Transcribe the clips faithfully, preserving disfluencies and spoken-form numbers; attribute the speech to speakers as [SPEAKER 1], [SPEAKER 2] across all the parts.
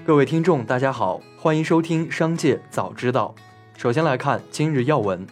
[SPEAKER 1] 各位听众，大家好，欢迎收听《商界早知道》。首先来看今日要闻。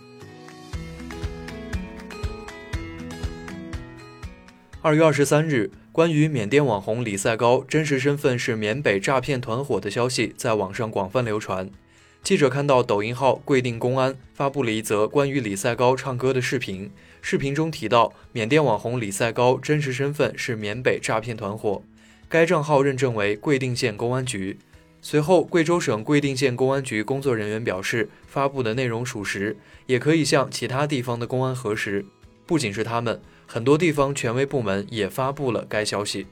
[SPEAKER 1] 二月二十三日，关于缅甸网红李赛高真实身份是缅北诈骗团伙的消息在网上广泛流传。记者看到抖音号贵定公安发布了一则关于李赛高唱歌的视频，视频中提到缅甸网红李赛高真实身份是缅北诈骗团伙，该账号认证为贵定县公安局。随后，贵州省贵定县公安局工作人员表示，发布的内容属实，也可以向其他地方的公安核实。不仅是他们，很多地方权威部门也发布了该消息。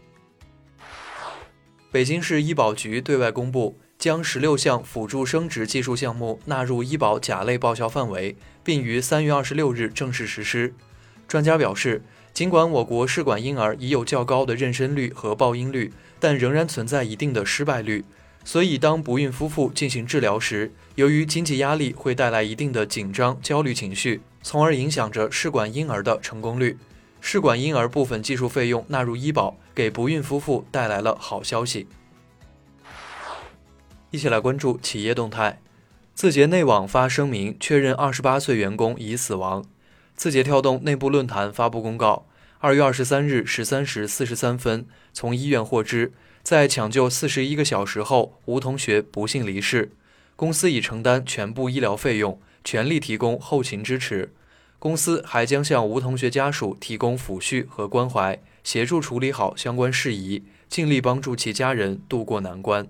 [SPEAKER 1] 北京市医保局对外公布，将十六项辅助生殖技术项目纳入医保甲类报销范围，并于三月二十六日正式实施。专家表示，尽管我国试管婴儿已有较高的妊娠率和报婴率，但仍然存在一定的失败率。所以当不孕夫妇进行治疗时，由于经济压力会带来一定的紧张焦虑情绪，从而影响着试管婴儿的成功率。试管婴儿部分技术费用纳入医保，给不孕夫妇带来了好消息。一起来关注企业动态。字节内网发声明确认二十八岁员工已死亡。字节跳动内部论坛发布公告，二月二十三日十三时四十三分，从医院获知，在抢救四十一个小时后，吴同学不幸离世。公司已承担全部医疗费用，全力提供后勤支持。公司还将向吴同学家属提供抚恤和关怀，协助处理好相关事宜，尽力帮助其家人渡过难关。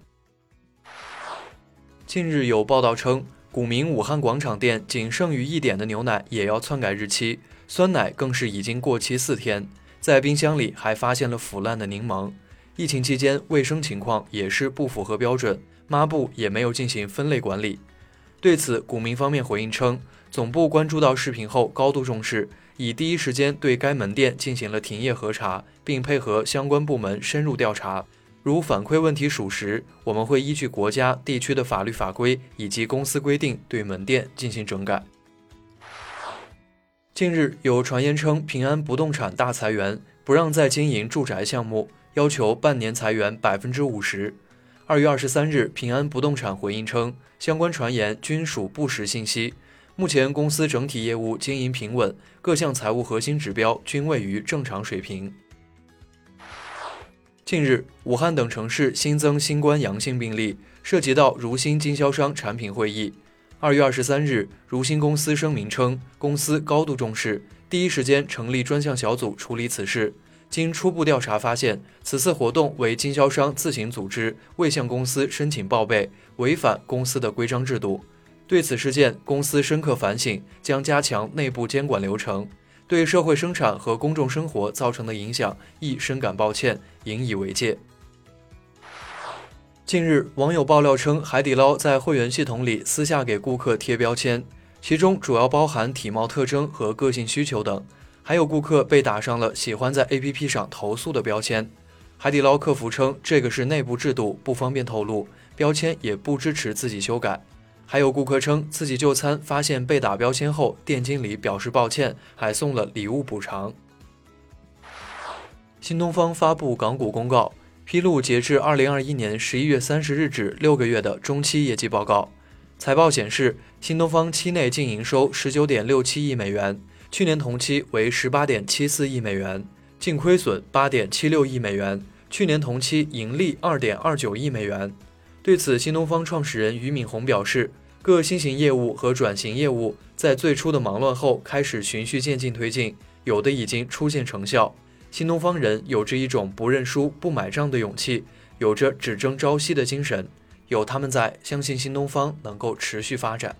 [SPEAKER 1] 近日有报道称，古名武汉广场店仅剩余一点的牛奶也要篡改日期，酸奶更是已经过期四天，在冰箱里还发现了腐烂的柠檬。疫情期间，卫生情况也是不符合标准，抹布也没有进行分类管理。对此，古名方面回应称，总部关注到视频后高度重视，已第一时间对该门店进行了停业核查，并配合相关部门深入调查。如反馈问题属实，我们会依据国家、地区的法律法规以及公司规定对门店进行整改。近日有传言称，平安不动产大裁员，不让再经营住宅项目，要求半年裁员百分之五十。二月二十三日，平安不动产回应称，相关传言均属不实信息。目前公司整体业务经营平稳，各项财务核心指标均位于正常水平。近日，武汉等城市新增新冠阳性病例，涉及到如新经销商产品会议。二月二十三日，如新公司声明称，公司高度重视，第一时间成立专项小组处理此事。经初步调查发现，此次活动为经销商自行组织，未向公司申请报备，违反公司的规章制度。对此事件，公司深刻反省，将加强内部监管流程，对社会生产和公众生活造成的影响亦深感抱歉，引以为戒。近日，网友爆料称，海底捞在会员系统里私下给顾客贴标签，其中主要包含体貌特征和个性需求等。还有顾客被打上了喜欢在 A P P 上投诉的标签。海底捞客服称，这个是内部制度，不方便透露，标签也不支持自己修改。还有顾客称，自己就餐发现被打标签后，店经理表示抱歉，还送了礼物补偿。新东方发布港股公告，披露截至二零二一年十一月三十日止六个月的中期业绩报告。财报显示，新东方期内净营收 十九点六七亿美元，去年同期为 十八点七四亿美元，净亏损 八点七六亿美元，去年同期盈利 二点二九亿美元。对此，新东方创始人俞敏洪表示，各新型业务和转型业务在最初的忙乱后开始循序渐进推进，有的已经出现成效。新东方人有着一种不认输、不买账的勇气，有着只争朝夕的精神，有他们在，相信新东方能够持续发展。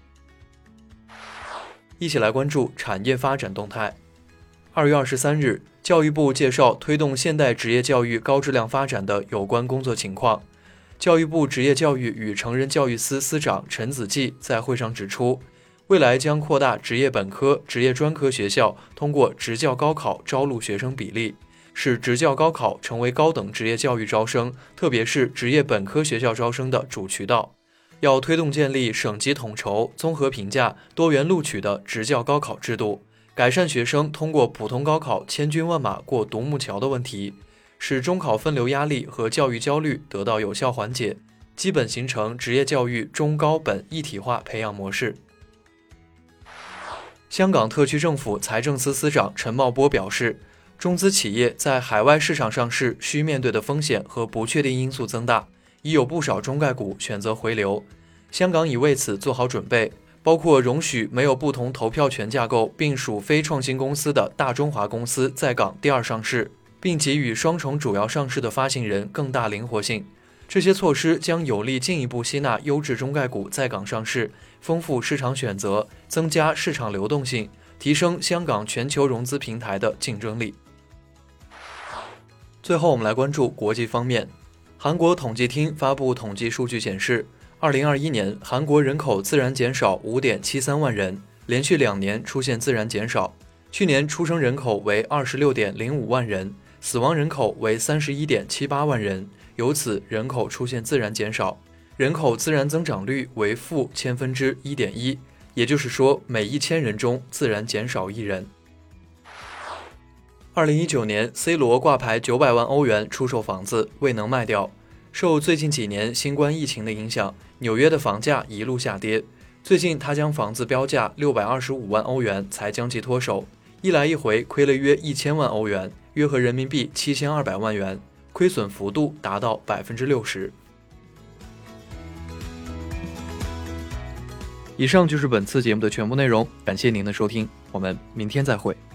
[SPEAKER 1] 一起来关注产业发展动态。二月二十三日，教育部介绍推动现代职业教育高质量发展的有关工作情况。教育部职业教育与成人教育司司长陈子骥在会上指出，未来将扩大职业本科、职业专科学校通过职教高考招录学生比例，使职教高考成为高等职业教育招生，特别是职业本科学校招生的主渠道。要推动建立省级统筹、综合评价、多元录取的职教高考制度，改善学生通过普通高考千军万马过独木桥的问题，使中考分流压力和教育焦虑得到有效缓解， 基本形成职业教育中高本一体化培养模式。香港特区政府财政司司长陈茂波表示，中资企业在海外市场上市需面对的风险和不确定因素增大，已有不少中概股选择回流。香港已为此做好准备，包括容许没有不同投票权架构并属非创新公司的大中华公司在港第二上市，并给予双重主要上市的发行人更大灵活性。这些措施将有力进一步吸纳优质中概股在港上市，丰富市场选择，增加市场流动性，提升香港全球融资平台的竞争力。最后我们来关注国际方面。韩国统计厅发布统计数据显示，二零二一年韩国人口自然减少 五点七三万人，连续两年出现自然减少。去年出生人口为 二十六点零五万人，死亡人口为 三十一点七八万人，由此人口出现自然减少，人口自然增长率为负千分之 一点一， 也就是说每一千人中自然减少一人。二零一九年 C 罗挂牌九百万欧元出售房子未能卖掉，受最近几年新冠疫情的影响，纽约的房价一路下跌。最近他将房子标价六百二十五万欧元才将其脱手，一来一回亏了约一千万欧元，约合人民币七千二百万元，亏损幅度达到 百分之六十。 以上就是本次节目的全部内容，感谢您的收听，我们明天再会。